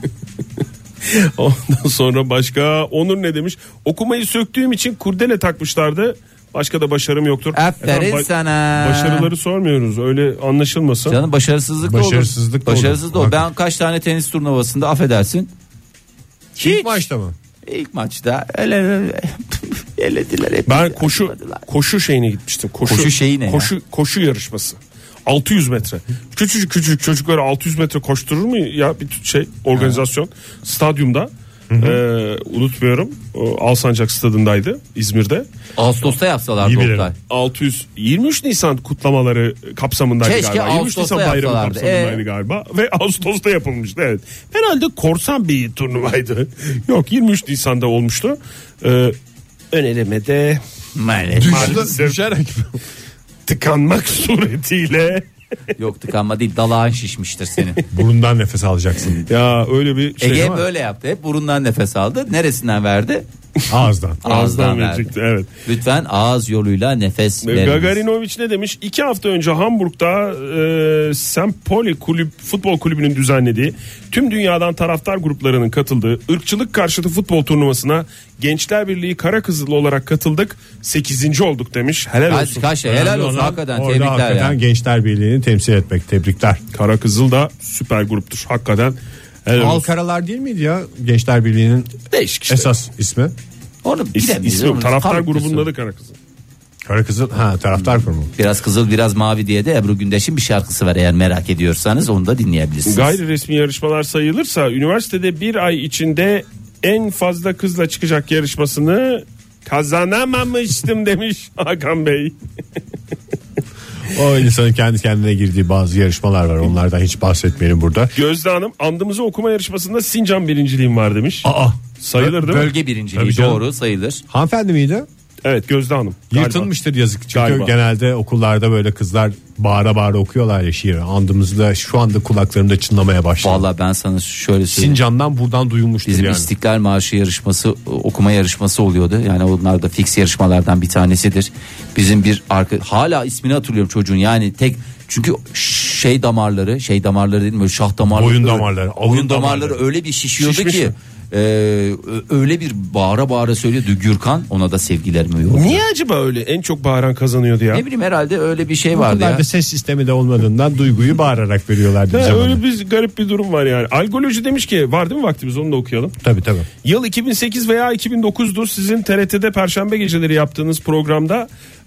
Ondan sonra başka Onur ne demiş? Okumayı söktüğüm için kurdele takmışlardı. Başka da başarım yoktur. Aferin Efendim, sana. Başarıları sormuyoruz. Öyle anlaşılmasın. Canım başarısızlık da olur. Başarısızlık da olur. Başarısız da olur. Ben kaç tane tenis turnuvasında affedersin. İlk maçta mı? İlk maçta öyle elediler hep. Ben koşu şeyine gitmiştim. Koşu şeyi ne ya? Koşu yarışması. 600 metre. Küçücük çocukları 600 metre koşturur mu ya bir şey organizasyon stadyumda. Unutmuyorum. Alsancak stadındaydı İzmir'de. Ağustos'ta yapsalardı İyi bilirim. Oktay. 23 Nisan kutlamaları kapsamındaydı Keşke galiba. 23 Ağustos'ta Nisan bayramı yapsalardı. kapsamındaydı galiba. Ve Ağustos'ta yapılmıştı, evet. Herhalde korsan bir turnuvaydı. Yok, 23 Nisan'da olmuştu. Ön elemede Maalesef. Düşerek. tıkanmak suretiyle. Yok, tıkanma değil, dalağın şişmiştir senin. Burundan nefes alacaksın. Ya öyle bir şey Ege ama böyle yaptı. Hep burundan nefes aldı. Neresinden verdi? Ağızdan. Ağızdan verdi. verecekti, evet. Lütfen ağız yoluyla nefes veriniz. Gagarinovic ne demiş? 2 hafta önce Hamburg'da St. Pauli futbol kulübünün düzenlediği tüm dünyadan taraftar gruplarının katıldığı ırkçılık karşıtı futbol turnuvasına Gençler Birliği Karakızıl olarak katıldık. 8. olduk demiş. Helal olsun. Kaç helal olsun, hakikaten Orada tebrikler hakikaten ya. Gençler Birliği'ni temsil etmek. Tebrikler. Karakızıl da süper gruptur. Hakikaten helal olsun. Alkaralar değil miydi ya Gençler Birliği'nin Değişik işte. esas ismi? Onu bilemeyiz. İsmi taraftar Tam grubunun kızıl. adı Kara Kızıl. Kara Kızıl taraftar kurumu. Biraz kızıl biraz mavi diye de Ebru Gündeş'in bir şarkısı var, eğer merak ediyorsanız onu da dinleyebilirsiniz. Gayri resmi yarışmalar sayılırsa üniversitede bir ay içinde en fazla kızla çıkacak yarışmasını kazanamamıştım demiş Hakan Bey. O insanın kendi kendine girdiği bazı yarışmalar var. Onlardan hiç bahsetmeyelim burada. Gözde Hanım andımızı okuma yarışmasında Sincan birinciliğim var demiş. Sayılır değil mi? Bölge birinciliği Tabii canım. doğru sayılır. Hanımefendi miydi? Evet Gözde Hanım. Galiba. Yırtılmıştır yazık. Çünkü Galiba. genelde okullarda böyle kızlar bağıra bağıra okuyorlar ya şiiri. Andımızı da şu anda kulaklarımda çınlamaya başladı. Vallahi ben sana şöyle söyleyeyim. Sincan'dan buradan duyulmuştur Bizim yani. İstiklal Marşı yarışması, okuma yarışması oluyordu. Yani onlar da fix yarışmalardan bir tanesidir. Bizim bir hala ismini hatırlıyorum çocuğun. Yani tek çünkü şey damarları değil mi? Böyle şah damarları. Boyun damarları. Boyun damarları öyle bir şişiyordu Şişmiş ki. mi? Öyle bir bağıra söylüyordu Gürkan, ona da sevgilerimi yolluyor. Niye acaba öyle en çok bağıran kazanıyordu ya? Ne bileyim, herhalde öyle bir şey vardı ya. Okullarda ses sistemi de olmadığından duyguyu bağırarak veriyorlardı. Ha, bize öyle bana. bir garip bir durum var yani. Algoloji demiş ki var değil mi vaktimiz, onu da okuyalım. Tabii. Yıl 2008 veya 2009'du sizin TRT'de Perşembe geceleri yaptığınız programda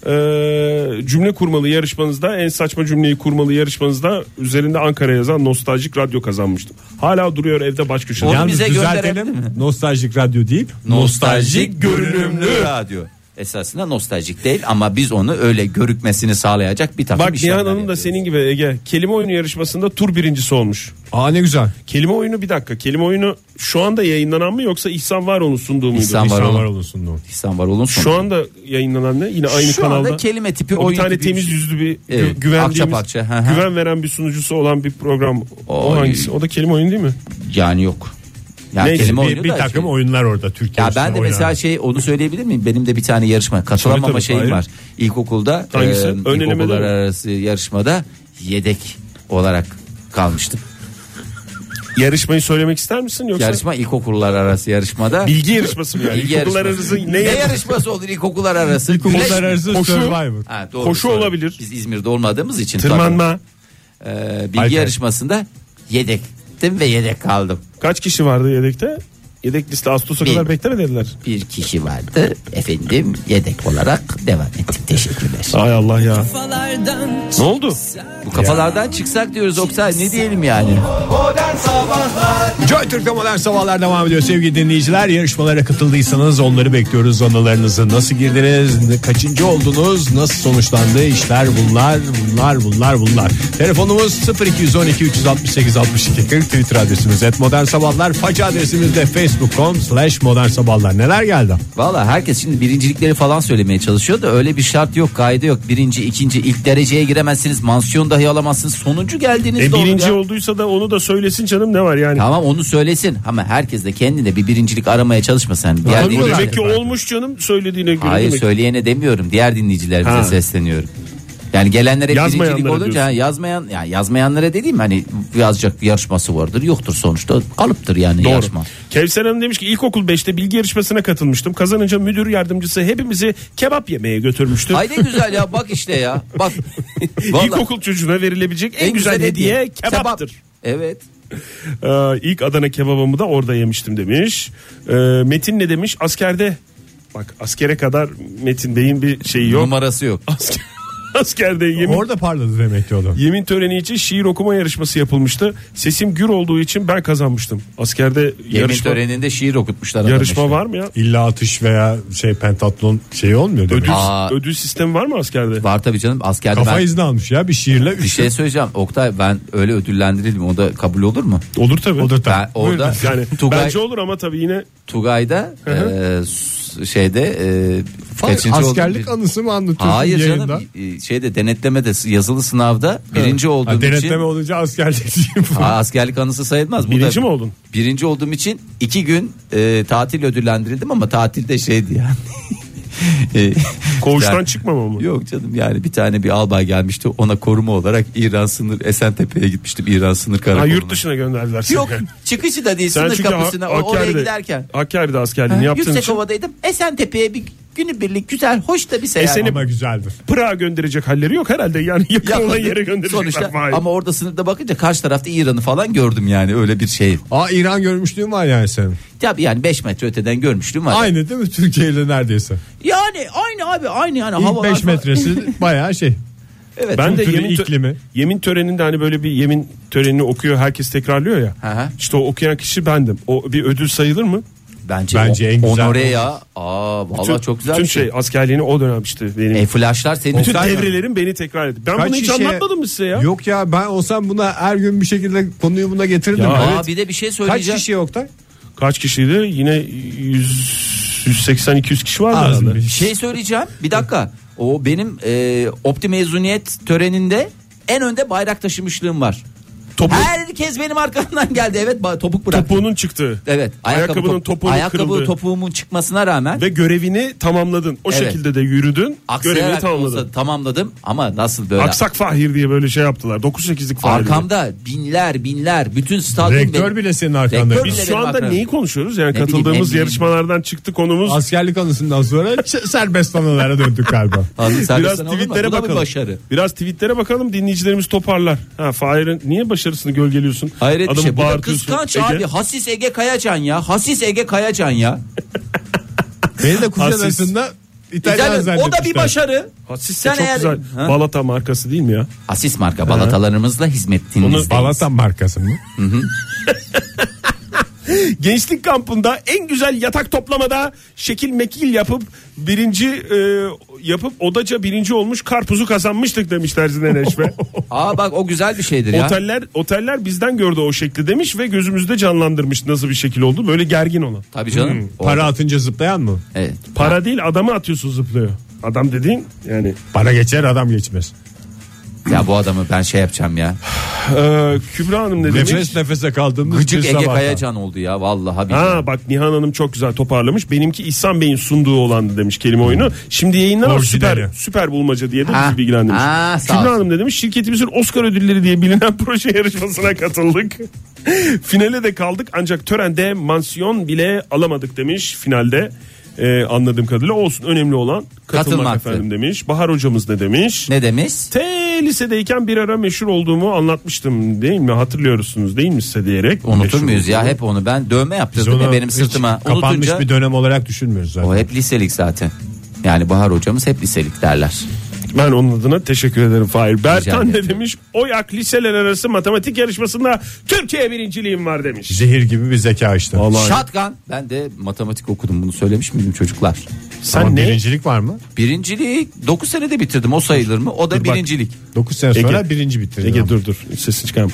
cümle kurmalı yarışmanızda, en saçma cümleyi kurmalı yarışmanızda üzerinde Ankara yazan Nostaljik Radyo kazanmıştım. Hala duruyor evde baş köşede. Onu Yalnız bize düzeltelim. gönderebilir mi? Nostaljik radyo değil. Nostaljik görünümlü radyo. Esasında nostaljik değil ama biz onu öyle görükmesini sağlayacak bir takım Bak işlemler Nihan Hanım da yapıyoruz. senin gibi Ege kelime oyunu yarışmasında tur birincisi olmuş. Aa ne güzel. Kelime oyunu, bir dakika, kelime oyunu şu anda yayınlanan mı yoksa İhsan Varol'un sunduğu muydu? İhsan Varol. var olsun. İhsan var olun Şu anda yayınlanan ne? Yine aynı Şu kanalda. anda kelime tipi O bir oyun tane tipi temiz bir şey. yüzlü bir Evet, güvendiğimiz, akça. Hı hı. güven veren bir sunucusu olan bir program. O Oy. hangisi? O da kelime oyunu değil mi? Yani yok. Yani Neyse, kelime oyunu Bir da takım şey. oyunlar orada Türkiye. Ya ben de mesela onu söyleyebilir miyim? Benim de bir tane yarışma katılamama Tabii, şeyim hayır. var. İlkokulda Hangisi? Ön elemede ilkokullar mi? arası yarışmada yedek olarak kalmıştım. Yarışmayı söylemek ister misin yoksa? Yarışma ilkokullar arası yarışmada. Bilgi yarışması mı yani? Bilgi İlkokullar yarışması. arası Ne yarışması olur ilkokullar arası? İlkokullar Güreş mi? arası Koşu. Survivor. Ha, doğru, Koşu doğru. olabilir. Biz İzmir'de olmadığımız için. Tırmanma. tabii. Bilgi Hayır. yarışmasında yedektim ve yedek kaldım. Kaç kişi vardı yedekte? Yedek liste Ağustos'a kadar bekleme dediler. Bir kişi vardı efendim, yedek olarak devam ettik, teşekkürler. Ay Allah ya. Ne oldu? Bu kafalardan çıksak diyoruz Oktay, ne diyelim yani. Joy Türk'te Modern Sabahlar devam ediyor sevgili dinleyiciler. Yarışmalara katıldıysanız onları bekliyoruz. Anılarınızı nasıl girdiniz, kaçıncı oldunuz, nasıl sonuçlandı işler, bunlar. Telefonumuz 0212 368 62 40, Twitter adresimiz @modernsabahlar, faça adresimiz de facebook.com/modernsabahlar. Neler geldi? Valla herkes şimdi birincilikleri falan söylemeye çalışıyor da öyle bir şart yok, kaide yok. Birinci, ikinci, ilk dereceye giremezsiniz, mansiyon dahi alamazsınız, sonuncu geldiğinizde olur Birinci ya. olduysa da onu da söylesin canım, ne var yani? Tamam, onu söylesin ama herkes de kendine bir birincilik aramaya çalışmasın. Diğer Tabii, dinleyiciler- demek ki olmuş canım söylediğine göre. Hayır, demek. söyleyene demiyorum, diğer dinleyicilerimize Ha. sesleniyorum. Yani gelenler hep Yazmayanlara birincilik olunca diyorsun. yazmayanlara dediğim hani yazacak bir yarışması vardır, yoktur sonuçta, kalıptır yani yarışma. Kevser Hanım demiş ki ilkokul 5'te bilgi yarışmasına katılmıştım. Kazanınca müdür yardımcısı hepimizi kebap yemeye götürmüştü. Ay ne güzel ya, bak işte ya bak. Vallahi İlkokul çocuğuna verilebilecek en güzel hediye kebaptır. Evet. İlk Adana kebabımı da orada yemiştim demiş. Metin ne demiş? Askerde. Bak, askere kadar Metin Bey'in bir şeyi yok. Numarası yok. Askerde Orada parladı demek ki o da. yemin töreni için şiir okuma yarışması yapılmıştı. Sesim gür olduğu için ben kazanmıştım. Askerde Yemin töreninde şiir okutmuşlar. yarışma adama işte. var mı ya? İlla atış veya pentatlon şeyi olmuyor demek. Ödül sistemi var mı askerde? Var tabii canım, askerde Kafa ben izni almış ya bir şiirle. bir şey söyleyeceğim. Oktay, ben öyle ödüllendirildim, o da kabul olur mu? Olur tabii. O da Ben orada Yani Tugay, bence olur ama tabii yine Tugay'da şeyde kaçıncı askerlik oldum? anısı mı anlatıyorsun Hayır yayında? canım, şeyde denetlemede yazılı sınavda birinci olduğum için. Denetleme olunca askerlik değil bu. Askerlik anısı sayılmaz. Bu birinci da- mi oldun? Birinci olduğum için 2 gün tatil ödüllendirildim ama tatilde şeydi yani. Koğuştan Yani- çıkmama mı? Yok canım, yani bir tane bir albay gelmişti, ona koruma olarak İran sınır Esentepe'ye gitmiştim, İran sınır Ha, karakoluna. yurt dışına gönderdiler seni. Yok, çıkışı da değil, Sen sınır çünkü kapısına oraya giderken. Hakkari'de askerliğini yaptığın için. Yüksekova'daydım, Esentepe'ye bir günübirlik güzel, hoş da bir seyahat. seni Ama güzeldir. Prag'a gönderecek halleri yok herhalde. Yani yakın olan yere gönderecekler. Sonuçta, Fahir. ama orada sınıfta bakınca karşı tarafta İran'ı falan gördüm yani, öyle bir şey. İran görmüşlüğün var yani senin. Tabii yani 5 metre öteden görmüştüm var. Aynı değil mi Türkiye ile neredeyse? Yani aynı abi, aynı yani. İlk havalar 5 falan. metresi bayağı şey. Evet. Ben de Kültürü, iklimi. yemin töreninde hani böyle bir yemin törenini okuyor, herkes tekrarlıyor ya. Hı. İşte o okuyan kişi bendim. O bir ödül sayılır mı? Bence en güzel. onore ya. Vallahi çok güzel bütün bir şey. askerliğini o dönem işte benim. Flashlar senin. Bütün Oktay- devrelerim beni tekrar etti. Ben bunu hiç anlatmadım mı size ya? Yok ya, ben olsam buna her gün bir şekilde konuyu buna getirdim. Ya, Evet. Bir de bir şey Kaç söyleyeceğim. kişi Oktay? Kaç kişiydi? Yine 180-200 kişi vardı Az herhalde. bir Şey söyleyeceğim. Bir dakika. O benim Opti mezuniyet töreninde en önde bayrak taşımışlığım var. Herkes benim arkamdan geldi. Evet, topuk bıraktı. Topuğunun çıktığı. Evet. Ayakkabının topuğunun kırıldığı. Topuğumun çıkmasına rağmen. Ve görevini tamamladın. O Evet. şekilde de yürüdün. Görevini Aksayarak tamamladın. olsa tamamladım ama nasıl böyle? Aksak Fahir diye böyle şey yaptılar. 9-8'lik Fahir. Arkamda binler bütün stadyum. Rektör bile senin arkanda. Rektör Biz bile şu benim anda arkamda. neyi konuşuyoruz? Yani Ne bileyim, katıldığımız ne bileyim. yarışmalardan çıktı konumuz. Askerlik anısından sonra serbest anılara döndük galiba. Biraz tweetlere bakalım. Başarı. Biraz tweetlere bakalım, dinleyicilerimiz toparlar. Fahir'in niye başarısını gölgeliyorsun? Hayret bir Adamı şey. Bu da bağırtıyorsun. kıskanç Ege. abi. Hasis Ege Kayacan ya. Hasis Ege Kayacan ya. Beni de Hassiz. Kuşadası'nda İtalyan O da zannetmişler. bir başarı. Hasis de Sen çok eğer- güzel. Ha? Balata markası değil mi ya? Hasis marka balatalarımızla hizmetinizdeyiz. Balata markası mı? Gençlik kampında en güzel yatak toplamada şekil mekil yapıp odaca birinci olmuş, karpuzu kazanmıştık demişler Zine Neşve. Bak o güzel bir şeydir ya. Oteller bizden gördü o şekli demiş ve gözümüzde canlandırmış nasıl bir şekil oldu. Böyle gergin olan. Tabii canım. Para atınca zıplayan mı? Evet. Para değil, adamı atıyorsun zıplıyor. Adam dediğin yani. Para geçer, adam geçmez. Ya bu adamı ben şey yapacağım ya. Kübra Hanım ne demiş? Nefes nefese kaldığımız Gıcık bir Ege sabah. Kayacan oldu ya vallahi. billahi. Ha bak, Nihan Hanım çok güzel toparlamış. Benimki İhsan Bey'in sunduğu olandı demiş kelime oyunu. Şimdi yayınlanan Orijinali. süper bulmaca diye de Ha. bizi bilgilendirmiş. Ha, sağ Kübra ol. Hanım ne demiş? Şirketimizin Oscar ödülleri diye bilinen proje yarışmasına katıldık. Finale de kaldık ancak törende mansiyon bile alamadık demiş finalde. Anladığım kadarıyla olsun, önemli olan katılmak Katılmaktı. efendim demiş. Bahar hocamız ne demiş? Ne demiş? Lisedeyken bir ara meşhur olduğumu anlatmıştım değil mi? Hatırlıyorsunuz değil mi size diyerek. Unutur Meşhur muyuz ya, olduğumu. hep onu ben dövme Biz yaptırdım onu ya benim hiç sırtıma. kapanmış Unutunca bir dönem olarak düşünmüyoruz zaten. o hep liselik zaten. Yani Bahar hocamız hep liselik derler. Ben onun adına teşekkür ederim Fahir. Bertan ederim. ne demiş? OYAK liseler arası matematik yarışmasında Türkiye birinciliğim var demiş. Zehir gibi bir zeka işte. Vallahi. Shotgun. Ben de matematik okudum, bunu söylemiş miydim çocuklar? Sen Ama ne? birincilik var mı? Birinciliği 9 senede bitirdim, o sayılır mı? O da Dur bak. birincilik. 9 sene sonra Ege. birinci bitirdi. Ege dur sesini çıkarma.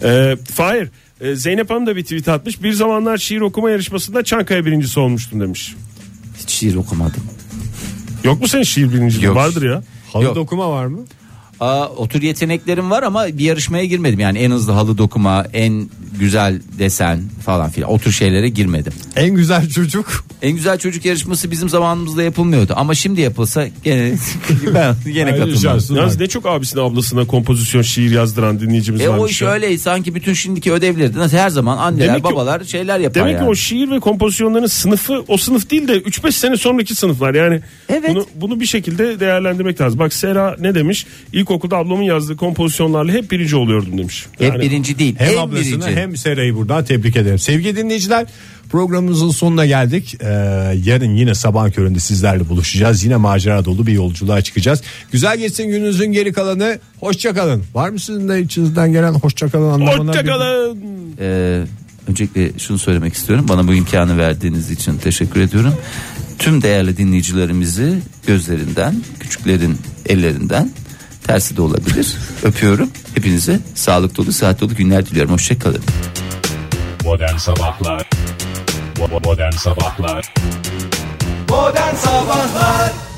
Fahir, Zeynep Hanım da bir tweet atmış. Bir zamanlar şiir okuma yarışmasında Çankaya birincisi olmuştum demiş. Hiç şiir okumadım. Yok mu senin şiir birinciliğin? Yok. Vardır ya. Halı Yok. dokuma var mı? O tür yeteneklerim var ama bir yarışmaya girmedim. Yani en hızlı halı dokuma, en güzel desen falan filan. O tür şeylere girmedim. En güzel çocuk. En güzel çocuk yarışması bizim zamanımızda yapılmıyordu. Ama şimdi yapılsa gene ben gene Ayrıca katılmam. şansın var. Yalnız ne çok abisine ablasına kompozisyon şiir yazdıran dinleyicimiz varmış. O iş ya. öyle, sanki bütün şimdiki ödevleri de nasıl her zaman anneler Demek ki- babalar şeyler yapar Demek yani. ki o şiir ve kompozisyonların sınıfı o sınıf değil de 3-5 sene sonraki sınıflar. Yani Evet. bunu bir şekilde değerlendirmek lazım. Bak Sera ne demiş? İlkokulda ablamın yazdığı kompozisyonlarla hep birinci oluyordum demiş. Hep Yani birinci değil. Hem en ablasını birinci. hem Sera'yı buradan tebrik ederim. Sevgili dinleyiciler, programımızın sonuna geldik. Yarın yine sabah köründe sizlerle buluşacağız. Yine macera dolu bir yolculuğa çıkacağız. Güzel geçsin gününüzün geri kalanı. Hoşça kalın. Var mı sizin de içinizden gelen hoşça kalın anlamına? hoşçakalın. Öncelikle şunu söylemek istiyorum. Bana bu imkanı verdiğiniz için teşekkür ediyorum. Tüm değerli dinleyicilerimizi gözlerinden, küçüklerin ellerinden, tersi de olabilir, öpüyorum. Hepinize sağlık dolu, sıhhat dolu günler diliyorum. Hoşçakalın. Modern Sabahlar Modern Sabahlar Modern Sabahlar